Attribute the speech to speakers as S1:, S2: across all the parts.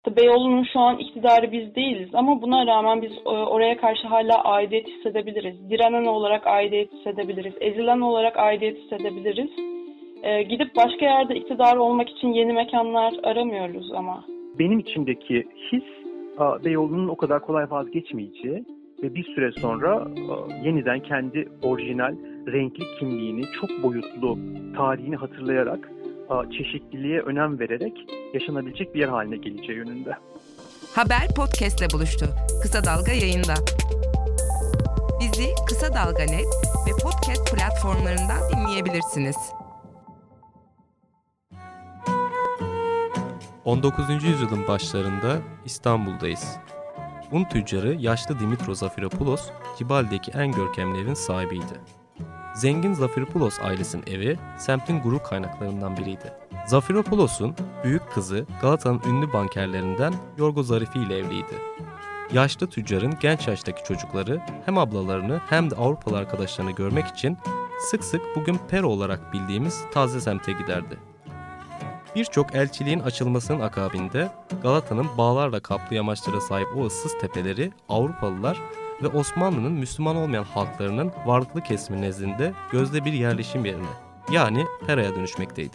S1: Beyoğlu'nun şu an iktidarı biz değiliz ama buna rağmen biz oraya karşı hala aidiyet hissedebiliriz. Direnen olarak aidiyet hissedebiliriz. Ezilen olarak aidiyet hissedebiliriz. Gidip başka yerde iktidar olmak için yeni mekanlar aramıyoruz ama.
S2: Benim içimdeki his Beyoğlu'nun o kadar kolay vazgeçmeyeceği ve bir süre sonra yeniden kendi orijinal renkli kimliğini, çok boyutlu tarihini hatırlayarak, çeşitliliğe önem vererek yaşanabilecek bir yer haline geleceği yönünde.
S3: Haber podcast'le buluştu. Kısa Dalga yayında. Bizi Kısa Dalga Net ve podcast platformlarından dinleyebilirsiniz.
S4: 19. yüzyılın başlarında İstanbul'dayız. Un tüccarı yaşlı Dimitros Zafiropoulos, Cibali'deki en görkemli evin sahibiydi. Zengin Zafiropoulos ailesinin evi, semtin gurur kaynaklarından biriydi. Zafiropoulos'un büyük kızı Galata'nın ünlü bankerlerinden Yorgo Zarifi ile evliydi. Yaşlı tüccarın genç yaştaki çocukları hem ablalarını hem de Avrupalı arkadaşlarını görmek için sık sık bugün Pero olarak bildiğimiz taze semte giderdi. Birçok elçiliğin açılmasının akabinde Galata'nın bağlarla kaplı yamaçlara sahip o ıssız tepeleri Avrupalılar ve Osmanlı'nın Müslüman olmayan halklarının varlıklı kesimi nezdinde gözde bir yerleşim yerine, yani Pera'ya dönüşmekteydi.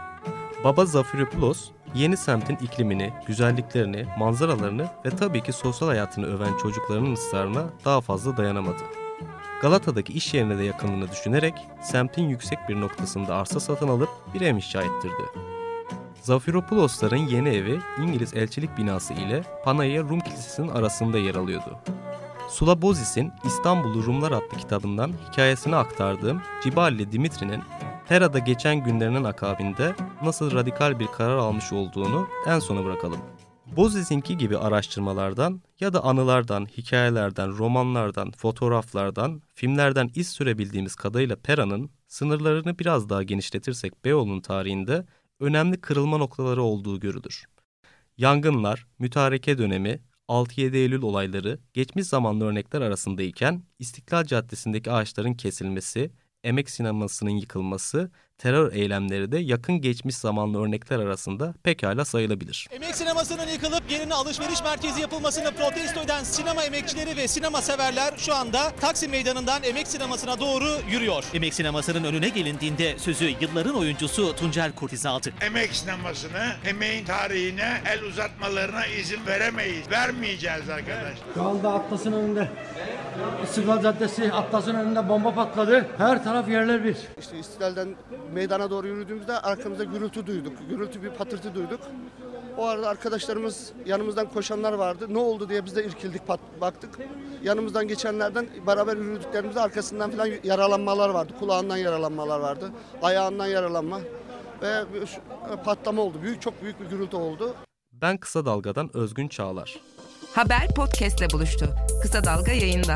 S4: Baba Zafiropoulos, yeni semtin iklimini, güzelliklerini, manzaralarını ve tabii ki sosyal hayatını öven çocuklarının ısrarına daha fazla dayanamadı. Galata'daki iş yerine de yakınlığını düşünerek semtin yüksek bir noktasında arsa satın alıp bir ev inşa ettirdi. Zafiropoulos'ların yeni evi İngiliz elçilik binası ile Panaia Rum Kilisesi'nin arasında yer alıyordu. Sula Bozis'in İstanbullu Rumlar adlı kitabından hikayesini aktardığım Cibali Dimitri'nin Pera'da geçen günlerinin akabinde nasıl radikal bir karar almış olduğunu en sona bırakalım. Bozis'inki gibi araştırmalardan ya da anılardan, hikayelerden, romanlardan, fotoğraflardan, filmlerden iz sürebildiğimiz kadarıyla Pera'nın sınırlarını biraz daha genişletirsek Beyoğlu'nun tarihinde önemli kırılma noktaları olduğu görülür. Yangınlar, mütareke dönemi, 6-7 Eylül olayları geçmiş zamanlı örnekler arasındayken İstiklal Caddesi'ndeki ağaçların kesilmesi, emek sinemasının yıkılması, terör eylemleri de yakın geçmiş zamanlı örnekler arasında pekala sayılabilir.
S5: Emek sinemasının yıkılıp yerine alışveriş merkezi yapılmasını protesto eden sinema emekçileri ve sinema severler şu anda Taksim Meydanı'ndan emek sinemasına doğru yürüyor. Emek sinemasının önüne gelindiğinde sözü yılların oyuncusu Tuncel Kurtiz aldı.
S6: Emek sinemasını, emeğin tarihine el uzatmalarına izin veremeyiz. Vermeyeceğiz arkadaşlar.
S7: Şu anda Atlas'ın önünde, İstiklal Caddesi Atlas'ın önünde bomba patladı. Her taraf yerler bir.
S8: İşte İstiklal'den meydana doğru yürüdüğümüzde arkamızda gürültü duyduk. Gürültü bir patırtı duyduk. O arada arkadaşlarımız, yanımızdan koşanlar vardı. Ne oldu diye biz de irkildik, baktık. Yanımızdan geçenlerden beraber yürüdüklerimizde arkasından falan yaralanmalar vardı. Kulağından yaralanmalar vardı. Ayağından yaralanma ve patlama oldu. Çok büyük bir gürültü oldu.
S4: Ben Kısa Dalga'dan Özgün Çağlar.
S3: Haber podcast'le buluştu. Kısa Dalga yayında.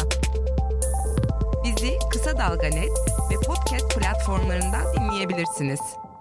S3: Bizi Kısa Dalga Net ve podcast platformlarından dinleyebilirsiniz.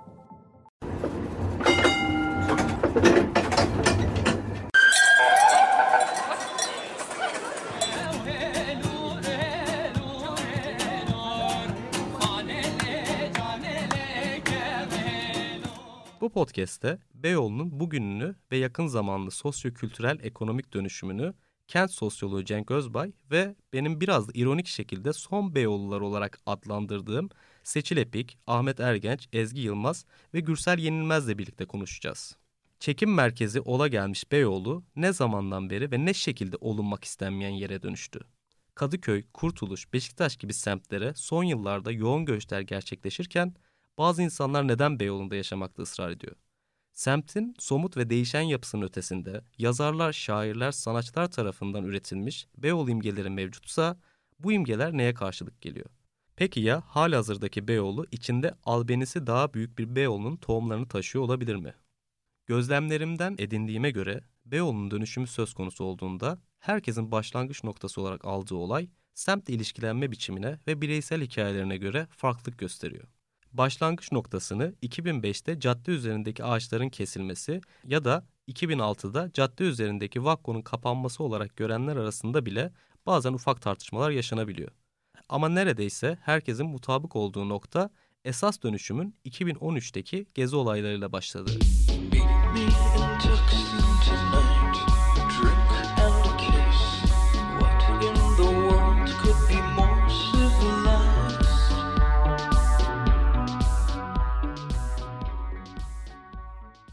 S4: Bu podcast'te Beyoğlu'nun bugününü ve yakın zamanlı sosyo-kültürel ekonomik dönüşümünü kent sosyoloğu Cenk Özbay ve benim biraz da ironik şekilde son Beyoğlular olarak adlandırdığım Seçil Epik, Ahmet Ergenç, Ezgi Yılmaz ve Gürsel Yenilmez'le birlikte konuşacağız. Çekim merkezi ola gelmiş Beyoğlu ne zamandan beri ve ne şekilde olunmak istenmeyen yere dönüştü? Kadıköy, Kurtuluş, Beşiktaş gibi semtlere son yıllarda yoğun göçler gerçekleşirken bazı insanlar neden Beyoğlu'nda yaşamakta ısrar ediyor? Semtin somut ve değişen yapısının ötesinde yazarlar, şairler, sanatçılar tarafından üretilmiş Beyoğlu imgeleri mevcutsa bu imgeler neye karşılık geliyor? Peki ya halihazırdaki Beyoğlu içinde albenisi daha büyük bir Beyoğlu'nun tohumlarını taşıyor olabilir mi? Gözlemlerimden edindiğime göre Beyoğlu'nun dönüşümü söz konusu olduğunda herkesin başlangıç noktası olarak aldığı olay semtle ilişkilenme biçimine ve bireysel hikayelerine göre farklılık gösteriyor. Başlangıç noktasını 2005'te cadde üzerindeki ağaçların kesilmesi ya da 2006'da cadde üzerindeki Vakko'nun kapanması olarak görenler arasında bile bazen ufak tartışmalar yaşanabiliyor. Ama neredeyse herkesin mutabık olduğu nokta esas dönüşümün 2013'teki gezi olaylarıyla başladı.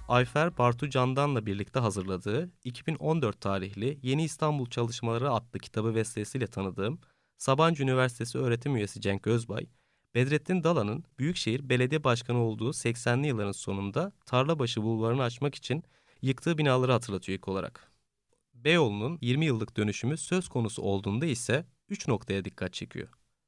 S4: Ayfer Bartu Candan'la birlikte hazırladığı 2014 tarihli Yeni İstanbul Çalışmaları adlı kitabı vesilesiyle tanıdığım Sabancı Üniversitesi öğretim üyesi Cenk Özbay, Bedrettin Dalan'ın Büyükşehir Belediye Başkanı olduğu 80'li yılların sonunda Tarlabaşı Bulvarı'nı açmak için yıktığı binaları hatırlatıyor ilk olarak. Beyoğlu'nun 20 yıllık dönüşümü söz konusu olduğunda ise 3 noktaya dikkat çekiyor.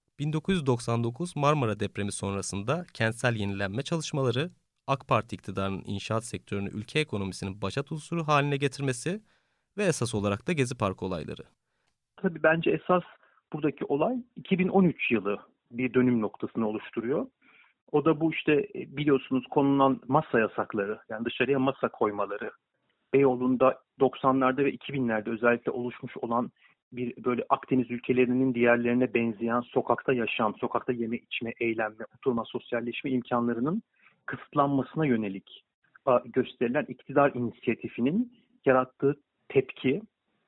S4: 1999 Marmara depremi sonrasında kentsel yenilenme çalışmaları, AK Parti iktidarının inşaat sektörünü ülke ekonomisinin başat unsuru haline getirmesi ve esas olarak da Gezi Parkı olayları.
S2: Tabii bence esas buradaki olay 2013 yılı bir dönüm noktasını oluşturuyor. O da bu işte biliyorsunuz konulan masa yasakları, yani dışarıya masa koymaları. Beyoğlu'nda 90'larda ve 2000'lerde özellikle oluşmuş olan bir böyle Akdeniz ülkelerinin diğerlerine benzeyen sokakta yaşam, sokakta yeme içme, eğlenme, oturma, sosyalleşme imkanlarının kısıtlanmasına yönelik gösterilen iktidar inisiyatifinin yarattığı tepki,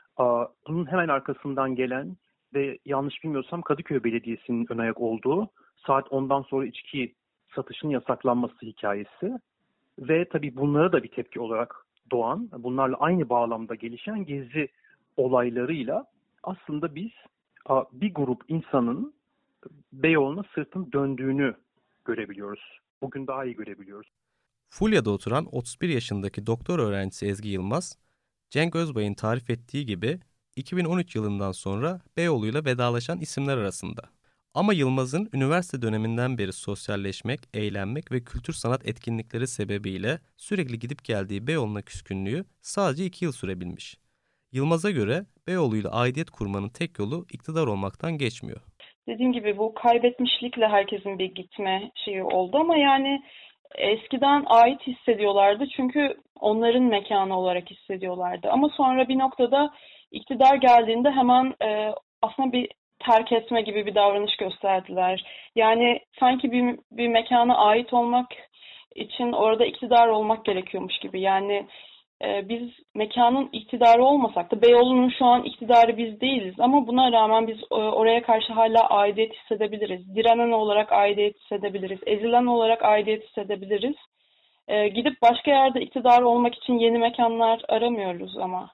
S2: bunun hemen arkasından gelen ve yanlış bilmiyorsam Kadıköy Belediyesi'nin ön ayak olduğu saat 10'dan sonra içki satışının yasaklanması hikayesi ve tabii bunlara da bir tepki olarak doğan, bunlarla aynı bağlamda gelişen gezi olaylarıyla aslında biz bir grup insanın Beyoğlu'na sırtını döndüğünü görebiliyoruz. Bugün daha iyi görebiliyoruz.
S4: Fulya'da oturan 31 yaşındaki doktor öğrencisi Ezgi Yılmaz, Cenk Özbay'ın tarif ettiği gibi 2013 yılından sonra Beyoğlu'yla vedalaşan isimler arasında. Ama Yılmaz'ın üniversite döneminden beri sosyalleşmek, eğlenmek ve kültür sanat etkinlikleri sebebiyle sürekli gidip geldiği Beyoğlu'na küskünlüğü sadece 2 yıl sürebilmiş. Yılmaz'a göre Beyoğlu'yla aidiyet kurmanın tek yolu iktidar olmaktan geçmiyor.
S1: Dediğim gibi bu kaybetmişlikle herkesin bir gitme şeyi oldu ama yani eskiden ait hissediyorlardı çünkü onların mekanı olarak hissediyorlardı. Ama sonra bir noktada iktidar geldiğinde hemen aslında bir terk etme gibi bir davranış gösterdiler. Yani sanki bir mekana ait olmak için orada iktidar olmak gerekiyormuş gibi. Yani biz mekanın iktidarı olmasak da Beyoğlu'nun şu an iktidarı biz değiliz ama buna rağmen biz oraya karşı hala aidiyet hissedebiliriz. Direnen olarak aidiyet hissedebiliriz. Ezilen olarak aidiyet hissedebiliriz. Gidip başka yerde iktidar olmak için yeni mekanlar aramıyoruz ama.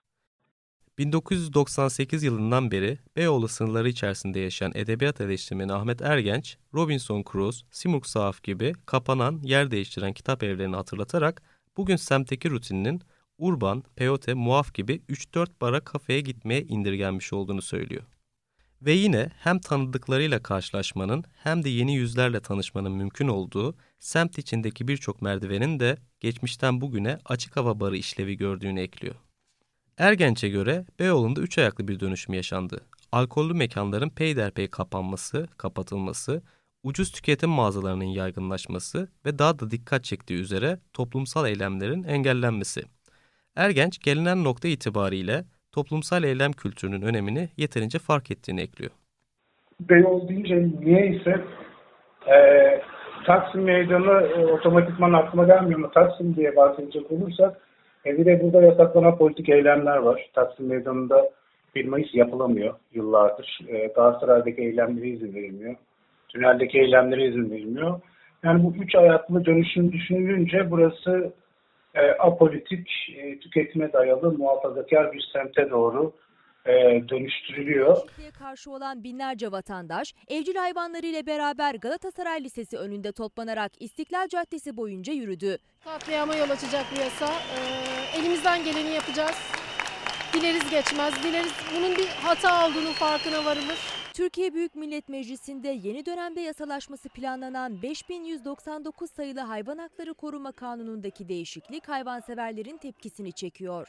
S4: 1998 yılından beri Beyoğlu sınırları içerisinde yaşayan edebiyat eleştirmeni Ahmet Ergenç, Robinson Crusoe, Simurg Sahaf gibi kapanan, yer değiştiren kitap evlerini hatırlatarak bugün semtteki rutininin Urban, Peyote, Muaf gibi 3-4 bara kafeye gitmeye indirgenmiş olduğunu söylüyor. Ve yine hem tanıdıklarıyla karşılaşmanın hem de yeni yüzlerle tanışmanın mümkün olduğu semt içindeki birçok merdivenin de geçmişten bugüne açık hava barı işlevi gördüğünü ekliyor. Ergenç'e göre Beyoğlu'nda 3 ayaklı bir dönüşüm yaşandı. Alkollü mekanların peyderpey kapatılması, ucuz tüketim mağazalarının yaygınlaşması ve daha da dikkat çektiği üzere toplumsal eylemlerin engellenmesi. Ergenç gelinen nokta itibariyle toplumsal eylem kültürünün önemini yeterince fark ettiğini ekliyor.
S9: Beyoğlu deyince niyeyse Taksim Meydanı otomatikman aklıma gelmiyor ama Taksim diye bahsedecek olursak bir de burada yasaklanan politik eylemler var. Taksim Meydanı'nda 1 Mayıs yapılamıyor yıllardır. Galatasaray'daki eylemlere izin verilmiyor. Tüneldeki eylemlere izin verilmiyor. Yani bu 3 ayaklı dönüşüm düşünülünce burası apolitik, tüketime dayalı, muhafazakar bir semte doğru dönüştürülüyor.
S10: Karşı olan binlerce vatandaş evcil hayvanlarıyla beraber Galatasaray Lisesi önünde toplanarak İstiklal Caddesi boyunca yürüdü.
S11: Katliama yol açacak bu yasa. Elimizden geleni yapacağız. Dileriz geçmez. Dileriz bunun bir hata olduğunu farkına varılır.
S10: Türkiye Büyük Millet Meclisi'nde yeni dönemde yasalaşması planlanan 5199 sayılı Hayvan Hakları Koruma Kanunu'ndaki değişiklik hayvanseverlerin tepkisini çekiyor.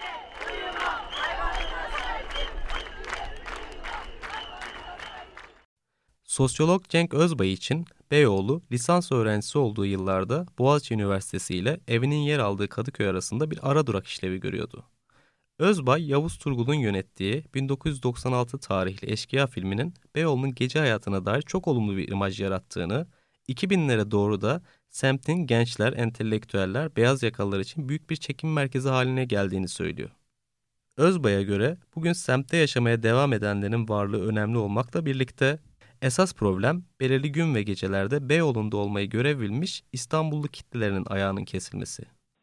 S4: Sosyolog Cenk Özbay için Beyoğlu lisans öğrencisi olduğu yıllarda Boğaziçi Üniversitesi ile evinin yer aldığı Kadıköy arasında bir ara durak işlevi görüyordu. Özbay, Yavuz Turgul'un yönettiği 1996 tarihli Eşkıya filminin Beyoğlu'nun gece hayatına dair çok olumlu bir imaj yarattığını, 2000'lere doğru da semtin gençler, entelektüeller, beyaz yakalılar için büyük bir çekim merkezi haline geldiğini söylüyor. Özbay'a göre bugün semtte yaşamaya devam edenlerin varlığı önemli olmakla birlikte esas problem belirli gün ve gecelerde Beyoğlu'nda olmayı görev bilmiş İstanbullu kitlelerinin ayağının kesilmesi.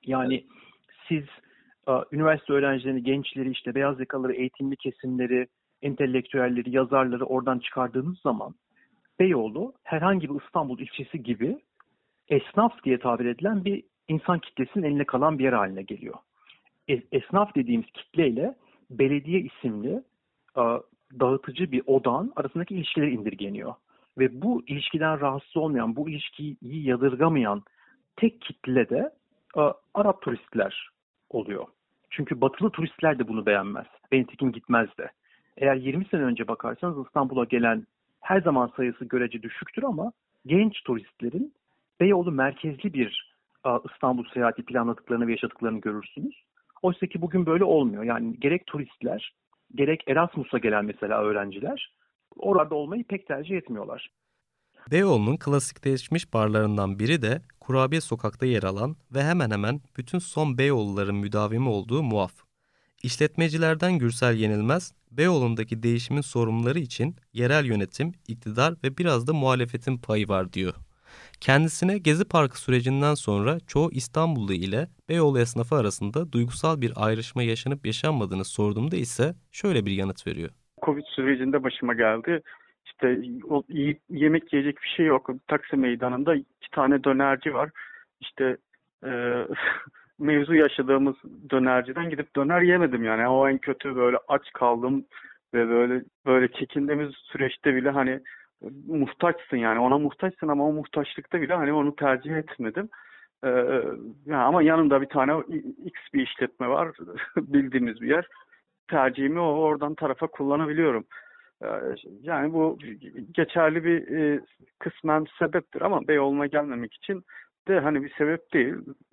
S2: Yani siz üniversite öğrencilerini, gençleri, işte beyaz yakalıları, eğitimli kesimleri, entelektüelleri, yazarları oradan çıkardığınız zaman Beyoğlu herhangi bir İstanbul ilçesi gibi esnaf diye tabir edilen bir insan kitlesinin eline kalan bir yer haline geliyor. Esnaf dediğimiz kitleyle belediye isimli dağıtıcı bir odağın arasındaki ilişkiler indirgeniyor. Ve bu ilişkiden rahatsız olmayan, bu ilişkiyi yadırgamayan tek kitle de Arap turistler oluyor. Çünkü batılı turistler de bunu beğenmez. Bentekin gitmez de. Eğer 20 sene önce bakarsanız İstanbul'a gelen her zaman sayısı görece düşüktür ama genç turistlerin Beyoğlu merkezli bir İstanbul seyahati planladıklarını ve yaşadıklarını görürsünüz. Oysa ki bugün böyle olmuyor. Yani gerek turistler, gerek Erasmus'a gelen mesela öğrenciler orada olmayı pek tercih etmiyorlar.
S4: Beyoğlu'nun klasikleşmiş barlarından biri de Kurabiye Sokak'ta yer alan ve hemen hemen bütün son Beyoğluların müdavimi olduğu Muaf. İşletmecilerden Gürsel Yenilmez, Beyoğlu'ndaki değişimin sorumluları için yerel yönetim, iktidar ve biraz da muhalefetin payı var diyor. Kendisine Gezi Parkı sürecinden sonra çoğu İstanbullu ile Beyoğlu esnafı arasında duygusal bir ayrışma yaşanıp yaşanmadığını sorduğumda ise şöyle bir yanıt veriyor.
S12: Covid sürecinde başıma geldi. İşte yemek yiyecek bir şey yok. Taksim Meydanı'nda 2 tane dönerci var. İşte mevzu yaşadığımız dönerciden gidip döner yemedim yani. O en kötü böyle aç kaldım ve böyle çekindiğimiz süreçte bile hani muhtaçsın yani ona muhtaçsın ama o muhtaçlıkta bile hani onu tercih etmedim. Yani ama yanında bir tane X bir işletme var bildiğimiz bir yer. Tercihimi oradan tarafa kullanabiliyorum. Yani bu geçerli bir kısmen sebeptir ama Beyoğlu'na gelmemek için de hani bir sebep değil.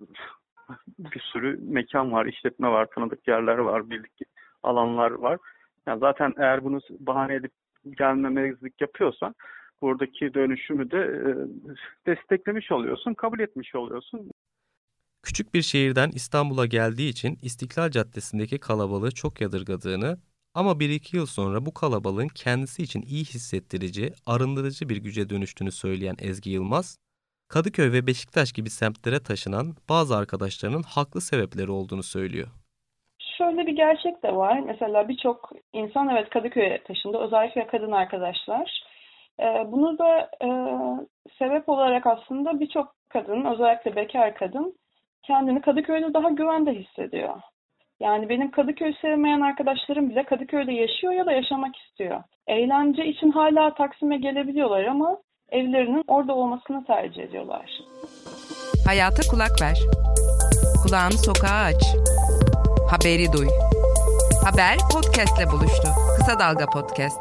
S12: Bir sürü mekan var, işletme var, tanıdık yerler var, bildik alanlar var. Yani zaten eğer bunu bahane edip gelmemezlik yapıyorsan buradaki dönüşümü de desteklemiş oluyorsun, kabul etmiş oluyorsun.
S4: Küçük bir şehirden İstanbul'a geldiği için İstiklal Caddesi'ndeki kalabalığı çok yadırgadığını ama 1-2 yıl sonra bu kalabalığın kendisi için iyi hissettirici, arındırıcı bir güce dönüştüğünü söyleyen Ezgi Yılmaz, Kadıköy ve Beşiktaş gibi semtlere taşınan bazı arkadaşlarının haklı sebepleri olduğunu söylüyor.
S1: Şöyle bir gerçek de var. Mesela birçok insan evet Kadıköy'e taşındı. Özellikle kadın arkadaşlar. Bunu da sebep olarak aslında birçok kadın, özellikle bekar kadın kendini Kadıköy'de daha güvende hissediyor. Yani benim Kadıköy sevmeyen arkadaşlarım bile Kadıköy'de yaşıyor ya da yaşamak istiyor. Eğlence için hala Taksim'e gelebiliyorlar ama evlerinin orada olmasını tercih ediyorlar.
S3: Hayata kulak ver. Kulağını sokağa aç. Haberi duy. Haber podcast'le buluştu. Kısa Dalga Podcast.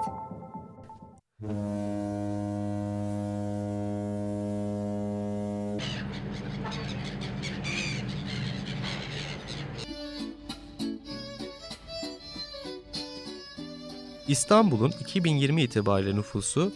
S4: İstanbul'un 2020 itibariyle nüfusu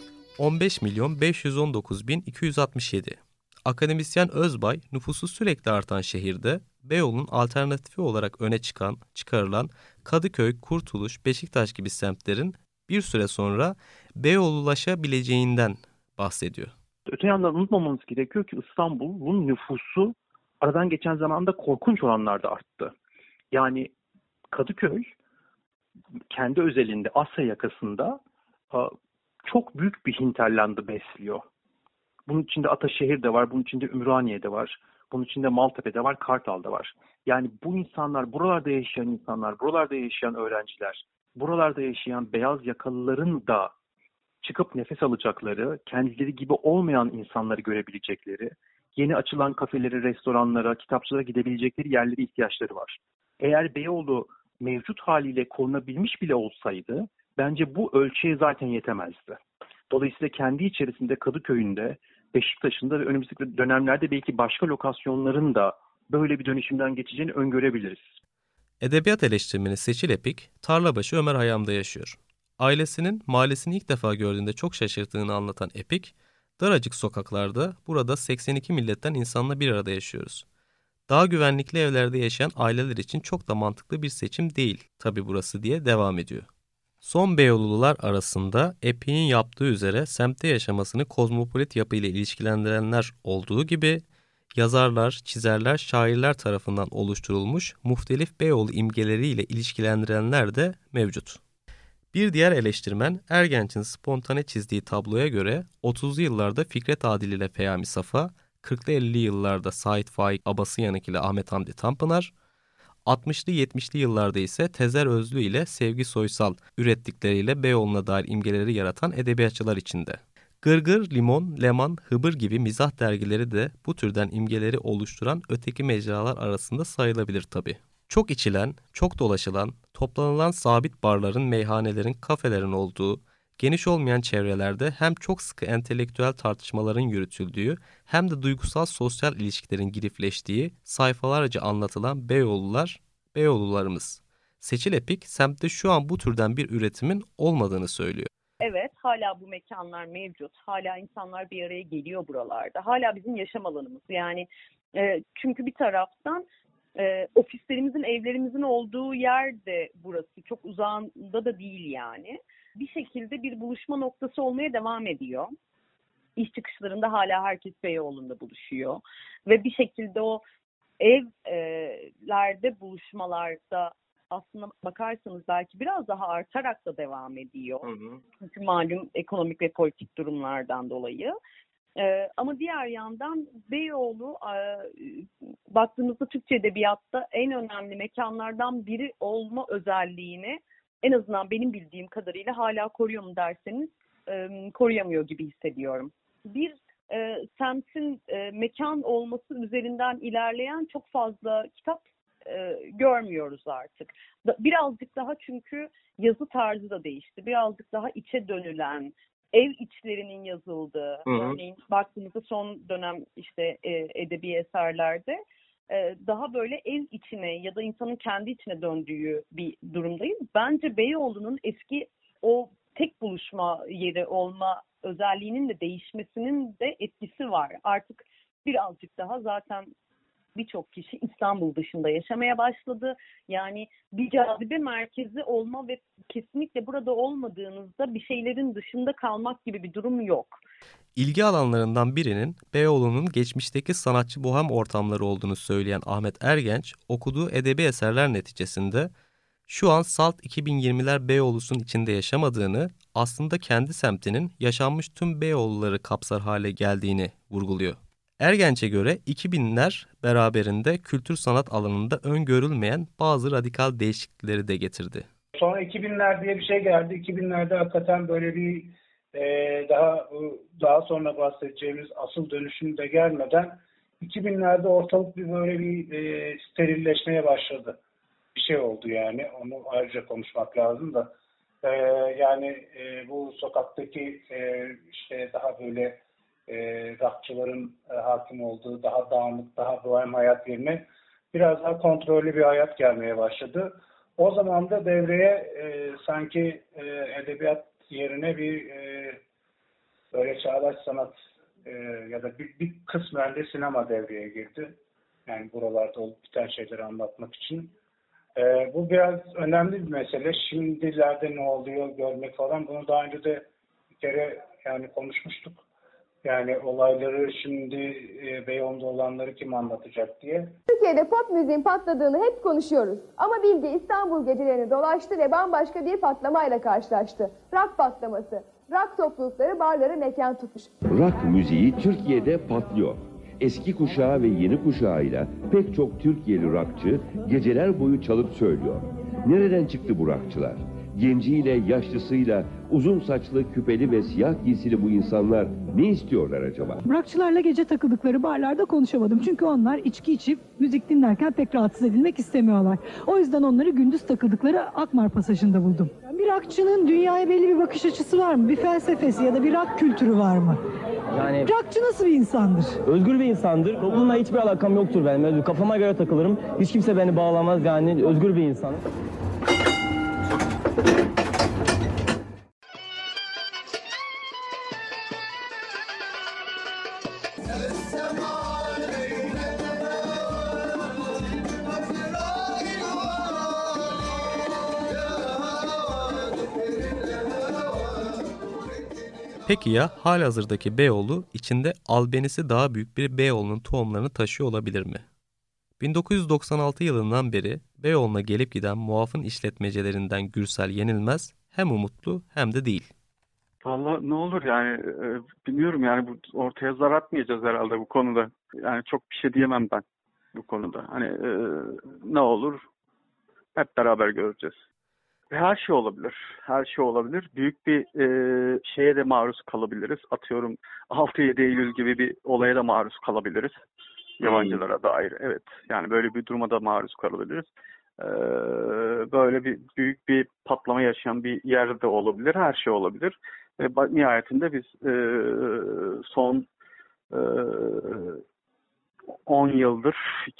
S4: 15.519.267. Akademisyen Özbay, nüfusu sürekli artan şehirde Beyoğlu'nun alternatifi olarak öne çıkarılan Kadıköy, Kurtuluş, Beşiktaş gibi semtlerin bir süre sonra Beyoğlulaşabileceğinden bahsediyor.
S2: Öte yandan unutmamamız gerekiyor ki İstanbul'un nüfusu aradan geçen zamanda korkunç oranlarda arttı. Yani Kadıköy kendi özelinde Asya yakasında çok büyük bir hinterlandı besliyor. Bunun içinde Ataşehir de var, bunun içinde Ümraniye'de var, bunun içinde Maltepe'de var, Kartal'da var. Yani bu insanlar, buralarda yaşayan insanlar, buralarda yaşayan öğrenciler, buralarda yaşayan beyaz yakalıların da çıkıp nefes alacakları, kendileri gibi olmayan insanları görebilecekleri, yeni açılan kafeleri, restoranlara, kitapçılara gidebilecekleri yerlere ihtiyaçları var. Eğer Beyoğlu mevcut haliyle korunabilmiş bile olsaydı, bence bu ölçüye zaten yetemezdi. Dolayısıyla kendi içerisinde Kadıköy'ünde, Beşiktaş'ında ve önümüzdeki dönemlerde belki başka lokasyonların da böyle bir dönüşümden geçeceğini öngörebiliriz.
S4: Edebiyat eleştirmeni Seçil Epik, Tarlabaşı Ömer Hayyam'da yaşıyor. Ailesinin mahallesini ilk defa gördüğünde çok şaşırdığını anlatan Epik, daracık sokaklarda burada 82 milletten insanla bir arada yaşıyoruz. Daha güvenlikli evlerde yaşayan aileler için çok da mantıklı bir seçim değil tabii burası diye devam ediyor. Son Beyoğlulular arasında Epik'in yaptığı üzere semtte yaşamasını kozmopolit yapıyla ilişkilendirenler olduğu gibi yazarlar, çizerler, şairler tarafından oluşturulmuş muhtelif Beyoğlu imgeleriyle ilişkilendirenler de mevcut. Bir diğer eleştirmen Ergenç'in spontane çizdiği tabloya göre 30'lu yıllarda Fikret Adil ile Peyami Safa, 40'lı 50'li yıllarda Sait Faik Abasıyanık ile Ahmet Hamdi Tanpınar, 60'lı 70'li yıllarda ise Tezer Özlü ile Sevgi Soysal ürettikleriyle Beyoğlu'na dair imgeleri yaratan edebiyatçılar içinde. Gırgır, Limon, Leman, Hıbır gibi mizah dergileri de bu türden imgeleri oluşturan öteki mecralar arasında sayılabilir tabii. Çok içilen, çok dolaşılan, toplanılan sabit barların, meyhanelerin, kafelerin olduğu, geniş olmayan çevrelerde hem çok sıkı entelektüel tartışmaların yürütüldüğü hem de duygusal sosyal ilişkilerin girifleştiği sayfalarca anlatılan Beyoğlular, Beyoğlularımız. Seçil Epik, semtte şu an bu türden bir üretimin olmadığını söylüyor.
S13: Evet, hala bu mekanlar mevcut. Hala insanlar bir araya geliyor buralarda. Hala bizim yaşam alanımız. Yani çünkü bir taraftan ofislerimizin, evlerimizin olduğu yer de burası. Çok uzağında da değil yani. Bir şekilde bir buluşma noktası olmaya devam ediyor. İş çıkışlarında hala herkes Beyoğlu'nda buluşuyor. Ve bir şekilde o evlerde buluşmalarda aslında bakarsanız belki biraz daha artarak da devam ediyor. Çünkü malum ekonomik ve politik durumlardan dolayı. Ama diğer yandan Beyoğlu baktığımızda Türkçe edebiyatta en önemli mekanlardan biri olma özelliğini en azından benim bildiğim kadarıyla hala koruyor mu derseniz koruyamıyor gibi hissediyorum. Bir semtin mekan olması üzerinden ilerleyen çok fazla kitap görmüyoruz artık. Birazcık daha çünkü yazı tarzı da değişti. Birazcık daha içe dönülen, ev içlerinin yazıldığı, örneğin baktığımızda son dönem işte edebi eserlerde daha böyle ev içine ya da insanın kendi içine döndüğü bir durumdayız. Bence Beyoğlu'nun eski o tek buluşma yeri olma özelliğinin de değişmesinin de etkisi var. Artık birazcık daha zaten birçok kişi İstanbul dışında yaşamaya başladı. Yani bir cazibe merkezi olma ve kesinlikle burada olmadığınızda bir şeylerin dışında kalmak gibi bir durum yok.
S4: İlgi alanlarından birinin Beyoğlu'nun geçmişteki sanatçı bohem ortamları olduğunu söyleyen Ahmet Ergenç, okuduğu edebi eserler neticesinde şu an salt 2020'ler Beyoğlu'sunun içinde yaşamadığını, aslında kendi semtinin yaşanmış tüm Beyoğluları kapsar hale geldiğini vurguluyor. Ergenç'e göre 2000'ler beraberinde kültür sanat alanında öngörülmeyen bazı radikal değişiklikleri de getirdi.
S9: Sonra 2000'ler diye bir şey geldi. 2000'lerde hakikaten böyle bir daha sonra bahsedeceğimiz asıl dönüşüm de gelmeden 2000'lerde ortalık böyle bir sterilleşmeye başladı. Bir şey oldu yani. Onu ayrıca konuşmak lazım da. Bu sokaktaki işte daha böyle rockçıların hakim olduğu daha dağınık, daha bohem hayat yerine biraz daha kontrollü bir hayat gelmeye başladı. O zaman da devreye sanki edebiyat yerine bir böyle çağdaş sanat ya da bir kısmen de sinema devreye girdi. Yani buralarda olup biten şeyleri anlatmak için. Bu biraz önemli bir mesele. Şimdilerde ne oluyor görmek falan. Bunu daha önce de bir kere yani konuşmuştuk. Yani olayları şimdi Beyoğlu'nda olanları kim anlatacak diye.
S14: Türkiye'de pop müziğin patladığını hep konuşuyoruz. Ama Bilge İstanbul gecelerini dolaştı ve bambaşka bir patlamayla karşılaştı. Rock patlaması. Rock toplulukları barları mekan tutmuş.
S15: Rock müziği Türkiye'de patlıyor. Eski kuşağı ve yeni kuşağıyla pek çok Türkiye'li rockçı geceler boyu çalıp söylüyor. Nereden çıktı bu rockçılar? Genciyle, yaşlısıyla, uzun saçlı, küpeli ve siyah giysili bu insanlar ne istiyorlar acaba?
S16: Rockçılarla gece takıldıkları barlarda konuşamadım. Çünkü onlar içki içip müzik dinlerken pek rahatsız edilmek istemiyorlar. O yüzden onları gündüz takıldıkları Akmar Pasajı'nda buldum. Bir rockçının dünyaya belli bir bakış açısı var mı? Bir felsefesi ya da bir rock kültürü var mı? Yani rockçı nasıl bir insandır?
S17: Özgür bir insandır. Toplumla hiçbir alakam yoktur benim. Kafama göre takılırım. Hiç kimse beni bağlamaz. Yani özgür bir insanım.
S4: Peki ya halihazırdaki Beyoğlu içinde albenisi daha büyük bir Beyoğlu'nun tohumlarını taşıyor olabilir mi? 1996 yılından beri Beyoğlu'na gelip giden muafın işletmecelerinden Gürsel Yenilmez hem umutlu hem de değil.
S12: Vallahi ne olur yani bilmiyorum yani bu ortaya zar atmayacağız herhalde bu konuda. Yani çok bir şey diyemem ben bu konuda. Hani ne olur hep beraber göreceğiz. Her şey olabilir. Her şey olabilir. Büyük bir şeye de maruz kalabiliriz. Atıyorum 6-7 Eylül gibi bir olaya da maruz kalabiliriz. Yabancılara dair. Evet. Yani böyle bir duruma da maruz kalabiliriz. Böyle bir büyük bir patlama yaşayan bir yerde olabilir. Her şey olabilir. Ve nihayetinde biz son 10 yıldır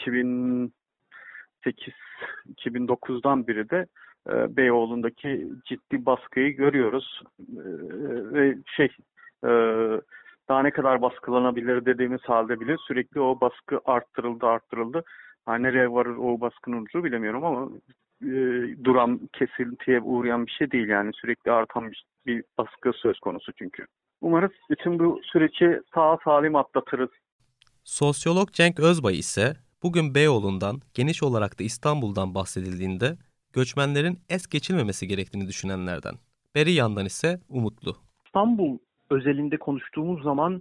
S12: 2008-2009'dan beri de Beyoğlu'ndaki ciddi baskıyı görüyoruz. Ve daha ne kadar baskılanabilir dediğimiz halde bile sürekli o baskı arttırıldı. Nereye varır o baskının ucu bilemiyorum ama duran, kesintiye uğrayan bir şey değil yani. Sürekli artan bir baskı söz konusu çünkü. Umarız bütün bu süreci sağ salim atlatırız.
S4: Sosyolog Cenk Özbay ise bugün Beyoğlu'ndan, geniş olarak da İstanbul'dan bahsedildiğinde göçmenlerin es geçilmemesi gerektiğini düşünenlerden. Beri yandan ise umutlu.
S2: İstanbul özelinde konuştuğumuz zaman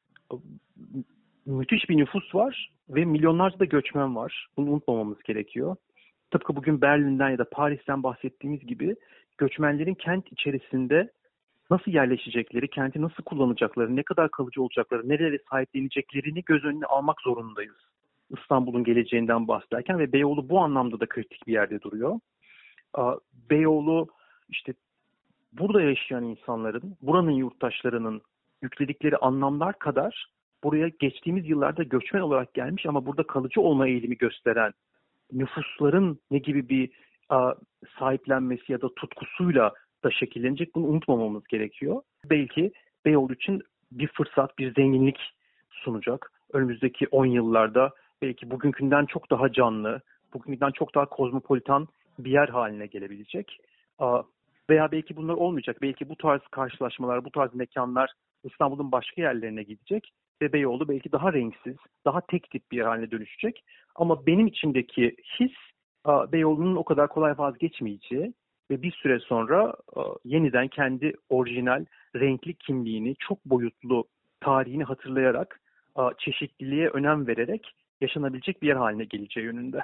S2: müthiş bir nüfus var ve milyonlarca da göçmen var. Bunu unutmamamız gerekiyor. Tıpkı bugün Berlin'den ya da Paris'ten bahsettiğimiz gibi göçmenlerin kent içerisinde nasıl yerleşecekleri, kenti nasıl kullanacakları, ne kadar kalıcı olacakları, nerelere sahipleneceklerini göz önüne almak zorundayız. İstanbul'un geleceğinden bahsederken ve Beyoğlu bu anlamda da kritik bir yerde duruyor. Beyoğlu işte burada yaşayan insanların, buranın yurttaşlarının yükledikleri anlamlar kadar buraya geçtiğimiz yıllarda göçmen olarak gelmiş ama burada kalıcı olma eğilimi gösteren nüfusların ne gibi bir sahiplenmesi ya da tutkusuyla da şekillenecek, bunu unutmamamız gerekiyor. Belki Beyoğlu için bir fırsat, bir zenginlik sunacak. Önümüzdeki 10 yıllarda belki bugünkünden çok daha canlı, bugünkünden çok daha kozmopolitan bir yer haline gelebilecek. Veya belki bunlar olmayacak. Belki bu tarz karşılaşmalar, bu tarz mekanlar İstanbul'un başka yerlerine gidecek ve Beyoğlu belki daha renksiz, daha tek tip bir yer haline dönüşecek. Ama benim içimdeki his Beyoğlu'nun o kadar kolay vazgeçmeyeceği ve bir süre sonra yeniden kendi orijinal, renkli kimliğini, çok boyutlu tarihini hatırlayarak, çeşitliliğe önem vererek yaşanabilecek bir yer haline geleceği yönünde.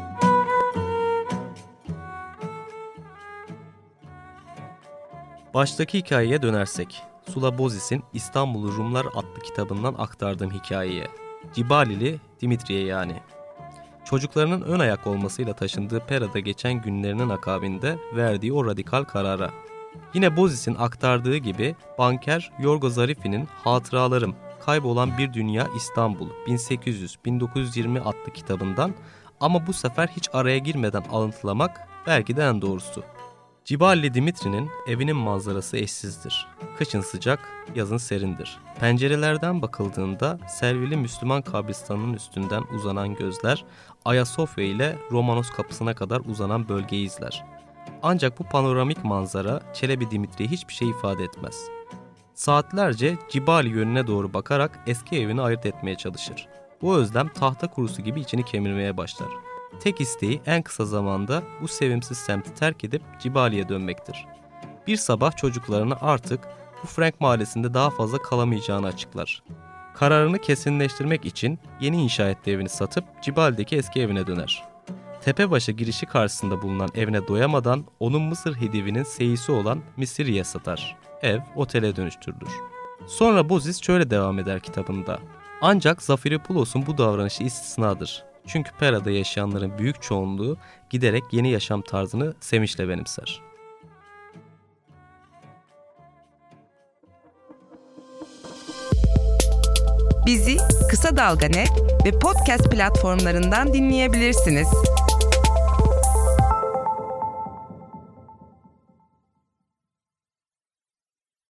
S4: Baştaki hikayeye dönersek, Sula Bozis'in İstanbul'u Rumlar adlı kitabından aktardığım hikayeye, Cibalili Dimitri'ye yani. Çocuklarının ön ayak olmasıyla taşındığı Pera'da geçen günlerinin akabinde verdiği o radikal karara. Yine Bozis'in aktardığı gibi banker Yorgo Zarifi'nin Hatıralarım, Kaybolan Bir Dünya İstanbul 1800-1920 adlı kitabından ama bu sefer hiç araya girmeden alıntılamak belki de en doğrusu. Ciballi Dimitri'nin evinin manzarası eşsizdir. Kışın sıcak, yazın serindir. Pencerelerden bakıldığında Servili Müslüman kabristanının üstünden uzanan gözler Ayasofya ile Romanos kapısına kadar uzanan bölgeyi izler. Ancak bu panoramik manzara Çelebi Dimitri'ye hiçbir şey ifade etmez. Saatlerce Cibali yönüne doğru bakarak eski evini ayırt etmeye çalışır. Bu özlem tahta kurusu gibi içini kemirmeye başlar. Tek isteği en kısa zamanda bu sevimsiz semti terk edip Cibali'ye dönmektir. Bir sabah çocuklarına artık bu Frank mahallesinde daha fazla kalamayacağını açıklar. Kararını kesinleştirmek için yeni inşa ettiği evini satıp Cibali'deki eski evine döner. Tepebaşı girişi karşısında bulunan evine doyamadan onun Mısır hedivinin seyisi olan Misir'ye satar. Ev otele dönüştürülür. Sonra Bozis şöyle devam eder kitabında. Ancak Zafiropoulos'un bu davranışı istisnadır. Çünkü Pera'da yaşayanların büyük çoğunluğu giderek yeni yaşam tarzını sevinçle benimser.
S3: Bizi Kısa Dalga Net ve podcast platformlarından dinleyebilirsiniz.